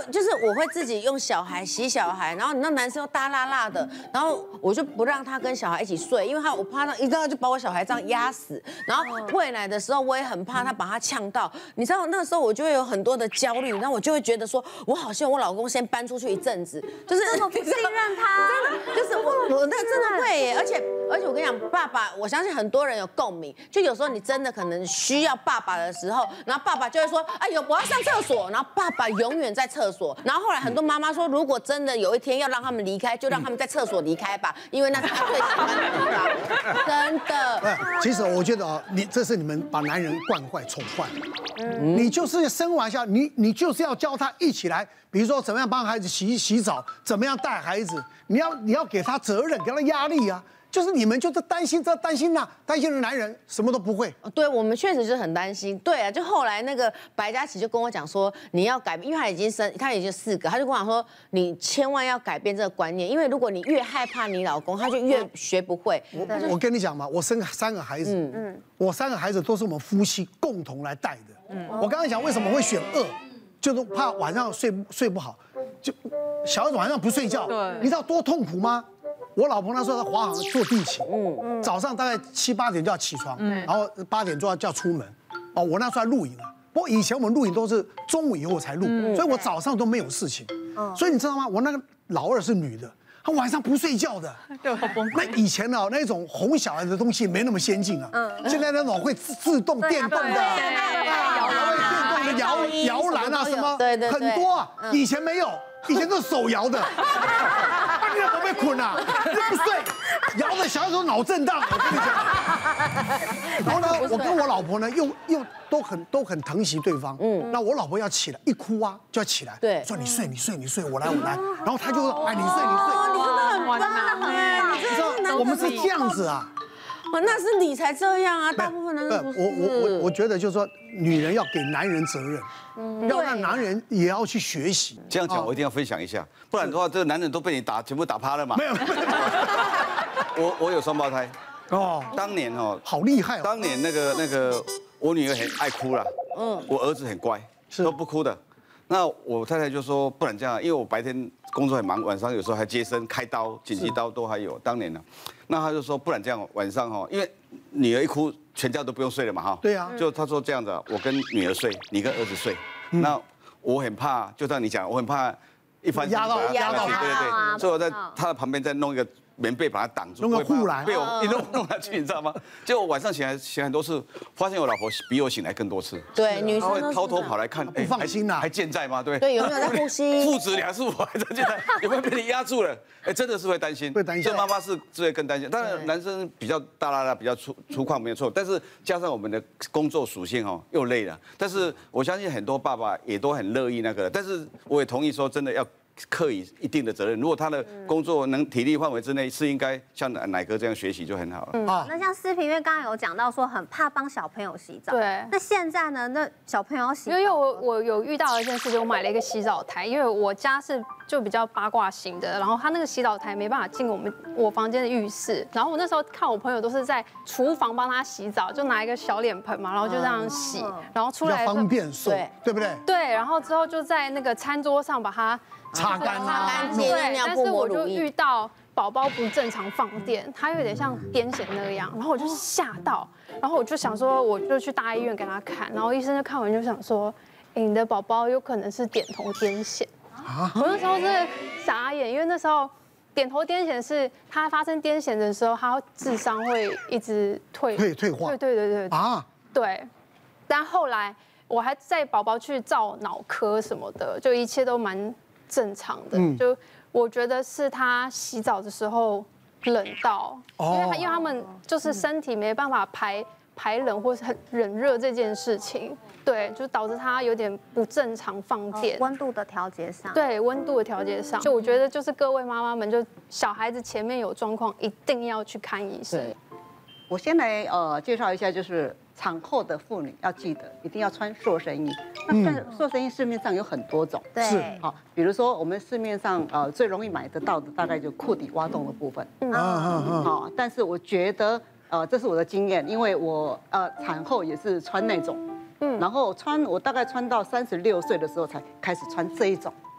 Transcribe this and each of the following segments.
就是我会自己用小孩洗小孩，然后你那男生又大辣辣的，然后我就不让他跟小孩一起睡，因为我怕他一到就把我小孩这样压死。然后喂奶的时候我也很怕他把他呛到，你知道那时候我就会有很多的焦虑，然后我就会觉得说，我好希望我老公先搬出去一阵子，就是这么不信任他， 就是我那真的会耶，而且我跟你讲，爸爸，我相信很多人有共鸣，就有时候你真的可能需要爸爸的时候，然后爸爸就会说，哎呦，我要上厕所，然后爸爸永远在厕所，然后后来很多妈妈说，如果真的有一天要让他们离开，就让他们在厕所离开吧，因为那是他最喜欢的地方，真的。 其实我觉得啊，这是你们把男人惯坏、宠坏。你就是生完下，你就是要教他一起来，比如说怎么样帮孩子洗澡，怎么样带孩子，你要给他责任，给他压力啊。就是你们就是担心这担心那，担心的男人什么都不会。 对，我们确实是很担心。对啊，就后来那个白嘉琪就跟我讲说，你要改变，因为他已经4个，他就跟我讲说，你千万要改变这个观念，因为如果你越害怕你老公，他就越学不会。 我跟你讲嘛，我生3个孩子，我3个孩子都是我们夫妻共同来带的。我刚才讲为什么会选2，就是怕晚上睡不好，就小孩子晚上不睡觉，你知道多痛苦吗？我老婆那时候在华航做地勤，早上大概7、8点就要起床，然后8点就要出门。哦，我那时候在露营啊，不过以前我们露营都是中午以后才露，所以我早上都没有事情。所以你知道吗？我那个老2是女的，她晚上不睡觉的。那以前呢，那种哄小孩的东西没那么先进啊，现在那种会自动电动的，电动的摇篮啊什么，很多啊，以前没有。以前都是手摇的，你怎么被捆啊？你不睡，摇的小孩子脑震荡，我跟你讲。然后呢，我跟我老婆呢又都很疼惜对方。那我老婆要起来，一哭啊就要起来， 对， 说你睡，我来。然后他就说，哎，你睡。 你真的很棒哎， 你知道我们是这样子啊。 那是你才这样啊，大部分男人不是。 我觉得就是说，女人要给男人责任，要让男人也要去学习。 这样讲我一定要分享一下，不然的话，这个男人都被你全部打趴了嘛。 没有。 我有双胞胎。 哦。 当年哦， 好厉害哦。 当年那个，我女儿很爱哭啦，我儿子很乖，都不哭的。那我太太就说，不然这样，因为我白天工作很忙，晚上有时候还接生、开刀、紧急刀都还有。当年呢，那他就说，不然这样，晚上哈，因为女儿一哭，全家都不用睡了嘛哈。 对啊。 就他说这样子，我跟女儿睡，你跟儿子睡。那我很怕，就像你讲，我很怕一翻压到对，所以我在他的旁边再弄一个棉被把它挡住， 弄个护栏， 被我一弄下去，你知道吗？结果晚上醒来很多次，发现我老婆比我醒来更多次。 对，女生会偷偷跑来看， 不放心呐， 还健在吗？对。 对，有没有在呼吸？ 父子俩是我还在健在，有没有被你压住了？哎，真的是会担心， 会担心。 这妈妈是会更担心。当然，男生比较大拉拉，比较粗犷没有错，但是加上我们的工作属性哦，又累了。但是我相信很多爸爸也都很乐意那个，但是我也同意说，真的要课以一定的责任。如果他的工作能体力范围之内，是应该像奶哥这样学习就很好了。 那像思平，因为刚刚有讲到说很怕帮小朋友洗澡， 对。 那现在呢？那小朋友要洗澡， 因为我有遇到一件事情，我买了一个洗澡台，因为我家是就比较八卦型的，然后他那个洗澡台没办法进我房间的浴室，然后我那时候看我朋友都是在厨房帮他洗澡，就拿一个小脸盆嘛，然后就这样洗，然后出来比较方便，对不对？ 对，然后之后就在那个餐桌上把它擦干净， 对，但是我就遇到宝宝不正常放电，他有点像癫痫那样，然后我就吓到，然后我就想说，我就去大医院给他看，然后医生就看完就想说，你的宝宝有可能是点头癫痫。我那时候是傻眼，因为那时候点头癫痫是他发生癫痫的时候，他智商会一直退化。对啊，对。但后来我还带宝宝去照脑科什么的，就一切都蛮正常的。就我觉得是他洗澡的时候冷到，因为他们就是身体没办法排冷或是很冷热这件事情，对，就导致他有点不正常放电， 温度的调节上， 对，温度的调节上，就我觉得就是各位妈妈们，就小孩子前面有状况，一定要去看医生。 我先来介绍一下，就是产后的妇女要记得一定要穿塑身衣。那塑身衣市面上有很多种， 是好，比如说我们市面上最容易买得到的，大概就裤底挖洞的部分。好，但是我觉得这是我的经验，因为我产后也是穿那种，然后我大概穿到36岁的时候才开始穿这一种。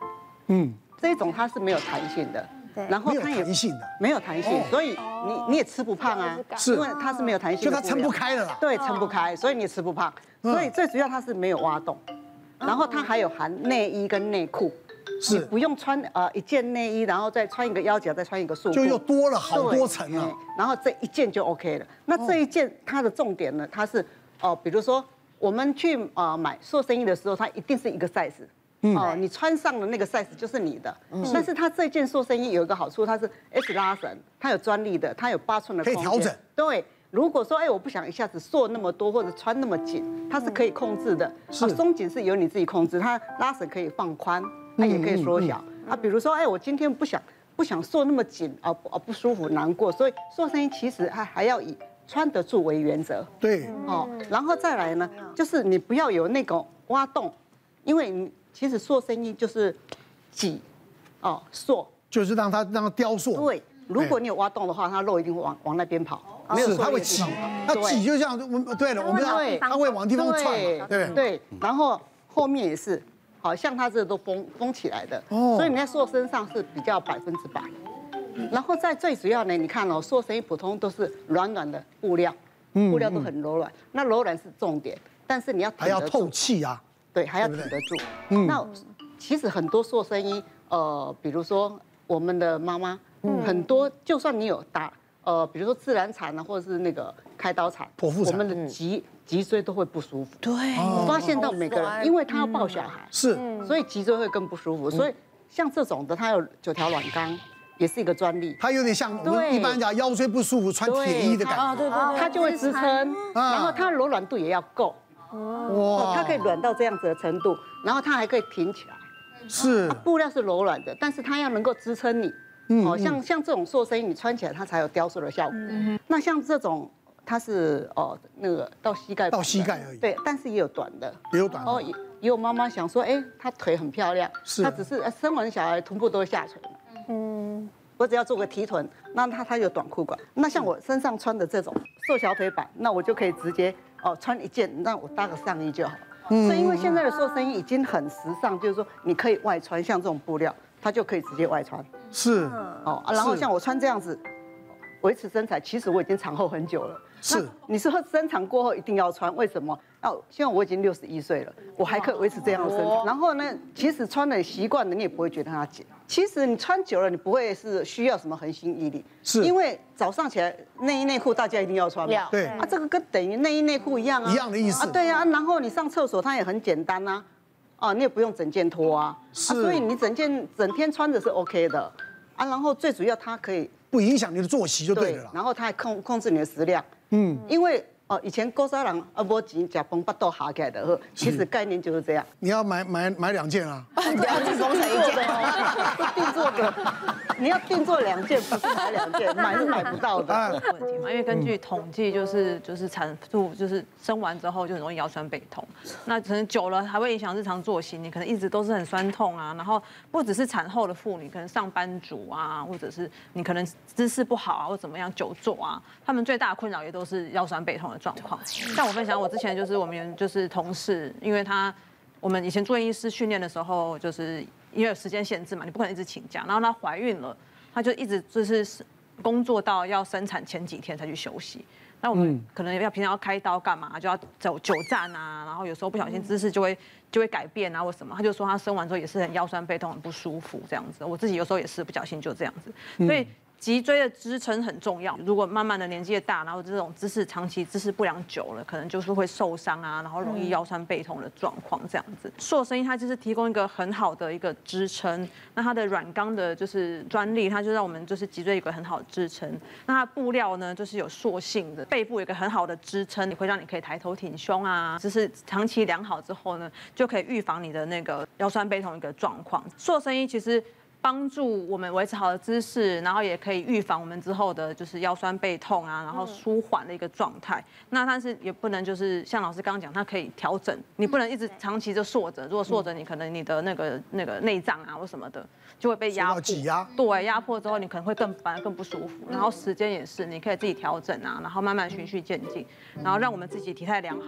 这一种它是没有弹性的， 对然后没有它也弹性的， 没有弹性，所以你也吃不胖啊， 是因为它是没有弹性的， 就它撑不开了啦。 对，撑不开，所以你也吃不胖。所以最主要它是没有挖洞，然后它还有含内衣跟内裤，你不用穿一件内衣，然后再穿一个腰夹，再穿一个束裤， 就又多了好多层了。 然后这一件就 OK 了。那这一件它的重点呢，它是比如说我们去买塑身衣的时候，它一定是一个 size。你穿上的那个 size 就是你的，但是它这件塑身衣有一个好处，它是 S 拉绳，它有专利的，它有8寸的空间， 可以调整。 对，如果说我不想一下子塑那么多或者穿那么紧，它是可以控制的。松紧是由你自己控制，它拉绳可以放宽，它也可以缩小。比如说我今天不想塑那么紧不舒服难过，所以塑身衣其实还要以穿得住为原则。 对， 然后再来呢，就是你不要有那个挖洞，因为你。其实塑身衣就是挤，塑， 就是让它雕塑。 对，如果你有挖洞的话，它肉一定会往那边跑，没有它会挤，它挤就像对了，我们它会往地方窜，对对。然后后面也是，好像它这都封起来的，所以你在塑身上是比较100%。然后在最主要呢，你看塑身衣普通都是软软的布料，布料都很柔软，那柔软是重点，但是你要还要透气啊。 对，还要挺得住。那其实很多塑身衣，比如说我们的妈妈，很多就算你有打，比如说自然产啊，或者是那个开刀产， 剖腹产， 我们的脊椎都会不舒服。 对， 我发现到每个人，因为他要抱小孩， 是， 所以脊椎会更不舒服。所以像这种的，它有9条软钢，也是一个专利。 它有点像我们一般讲腰椎不舒服穿铁衣的感觉。 对， 它就会支撑，然后它柔软度也要够。哇，它可以软到这样子的程度，然后它还可以挺起来。 是， 布料是柔软的，但是它要能够支撑你。像这种塑身衣，你穿起来它才有雕塑的效果。那像这种，它是那个到膝盖而已。 对，但是也有短的， 也有短的。 也有妈妈想说，她腿很漂亮，她只是生完小孩臀部都会下垂了。我只要做个提臀，那它有短裤管。那像我身上穿的这种瘦小腿版，那我就可以直接穿一件，让我搭个上衣就好。所以因为现在的塑身衣已经很时尚，就是说你可以外穿，像这种布料，它就可以直接外穿。 是。 然后像我穿这样子维持身材，其实我已经产后很久了。 是。 你说生产过后一定要穿，为什么？现在我已经61岁了，我还可以维持这样的身材。然后呢，其实穿了习惯了，你也不会觉得它紧。其实你穿久了，你不会是需要什么恒心毅力， 是因为早上起来内衣内裤大家一定要穿嘛。 对。 这个跟等于内衣内裤一样啊。 一样的意思。 对啊，然后你上厕所它也很简单啊，你也不用整件脱啊。是。所以你整天穿着是 OK 的啊。然后最主要它可以不影响你的作息就对了。 然后它还控制你的食量。因为以前古早人没钱吃饭巴肚下起来的，其实概念就是这样。 你要买2件啊？ 你要去工程一件， 定做的，你要定做2件，不是买2件，买是买不到的。 问题嘛，因为根据统计，就是产妇就是生完之后就很容易腰酸背痛，那可能久了还会影响日常作息，你可能一直都是很酸痛啊。然后不只是产后的妇女，可能上班族啊，或者是你可能姿势不好啊，或怎么样久坐啊，他们最大的困扰也都是腰酸背痛的状况。像我分享，我之前就是我们就是同事，因为我们以前住院医师训练的时候，就是因为有时间限制嘛，你不可能一直请假，然后她怀孕了，她就一直就是工作到要生产前几天才去休息。那我们可能平常要开刀干嘛，就要走久站啊，然后有时候不小心姿势就会改变啊或什么。她就说她生完之后也是很腰酸背痛，很不舒服这样子。我自己有时候也是不小心就这样子，所以脊椎的支撑很重要。如果慢慢的年纪大，然后这种长期姿势不良久了，可能就是会受伤啊，然后容易腰酸背痛的状况这样子。塑身衣它就是提供一个很好的一个支撑，那它的软钢的就是专利，它就让我们就是脊椎有个很好的支撑。那它布料呢就是有塑性的，背部有一个很好的支撑，你会让你可以抬头挺胸啊，就是长期良好之后呢，就可以预防你的那个腰酸背痛一个状况。塑身衣其实帮助我们维持好的姿势，然后也可以预防我们之后的就是腰酸背痛啊，然后舒缓的一个状态。那但是也不能就是像老师刚刚讲，它可以调整，你不能一直长期就缩着，如果缩着，你可能你的那个内脏啊或什么的就会被压迫， 挤压， 对，压迫之后你可能会反而更不舒服。然后时间也是，你可以自己调整啊，然后慢慢循序渐进，然后让我们自己体态良好。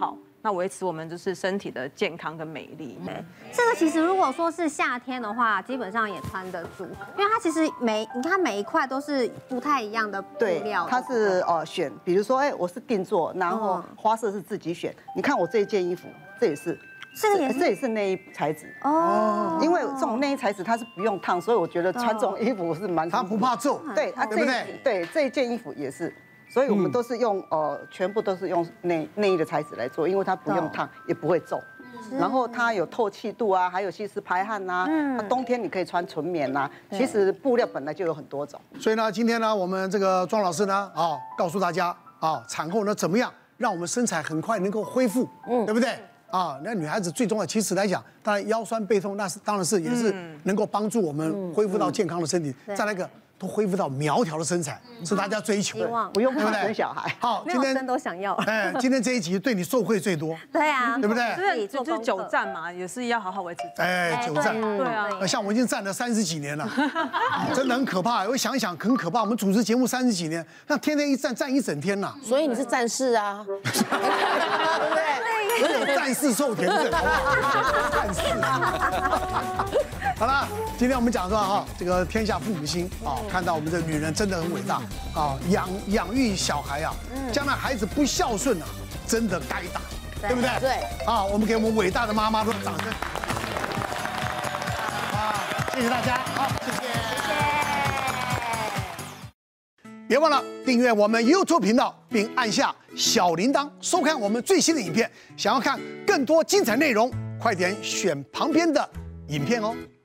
那维持我们就是身体的健康跟美丽。 这个其实如果说是夏天的话，基本上也穿得住，因为它其实你看每一块都是不太一样的布料。 它是选，比如说我是定做，然后花色是自己选。你看我这一件衣服，这也是。这也是内衣材质哦，因为这种内衣材质它是不用烫，所以我觉得穿这种衣服是蛮。 它不怕皱， 对，对不对？对，这一件衣服也是，所以我们都是用全部都是用内衣的材质来做，因为它不用烫，也不会皱。然后它有透气度啊，还有吸湿排汗呐。冬天你可以穿纯棉呐。其实布料本来就有很多种。 所以呢，今天呢，我们这个庄老师呢，告诉大家产后呢怎么样让我们身材很快能够恢复，对不对？那女孩子最重要，其实来讲，当然腰酸背痛，那是当然是也是能够帮助我们恢复到健康的身体。再来一个，都恢复到苗条的身材，是大家追求的， 不用怕生小孩。 好，今天都想要。 今天这一集对你受惠最多。 对啊， 对不对？ 就是久站嘛，也是要好好维持。 久站， 对啊。 像我已经站了30几年了，真的很可怕。我想一想，很可怕。我们主持节目30几年，那天天一站一整天呐。 所以你是战士啊，对不对？ 我有战士受田证，好不好？战士。好了，今天我们讲说这个天下父母心看到我们这女人真的很伟大养育小孩将来孩子不孝顺真的该打，对不对？ 对。 我们给我们伟大的妈妈的掌声。谢谢大家，谢谢。别忘了订阅我们 YouTube 频道，并按下小铃铛，收看我们最新的影片。想要看更多精彩内容，快点选旁边的影片哦。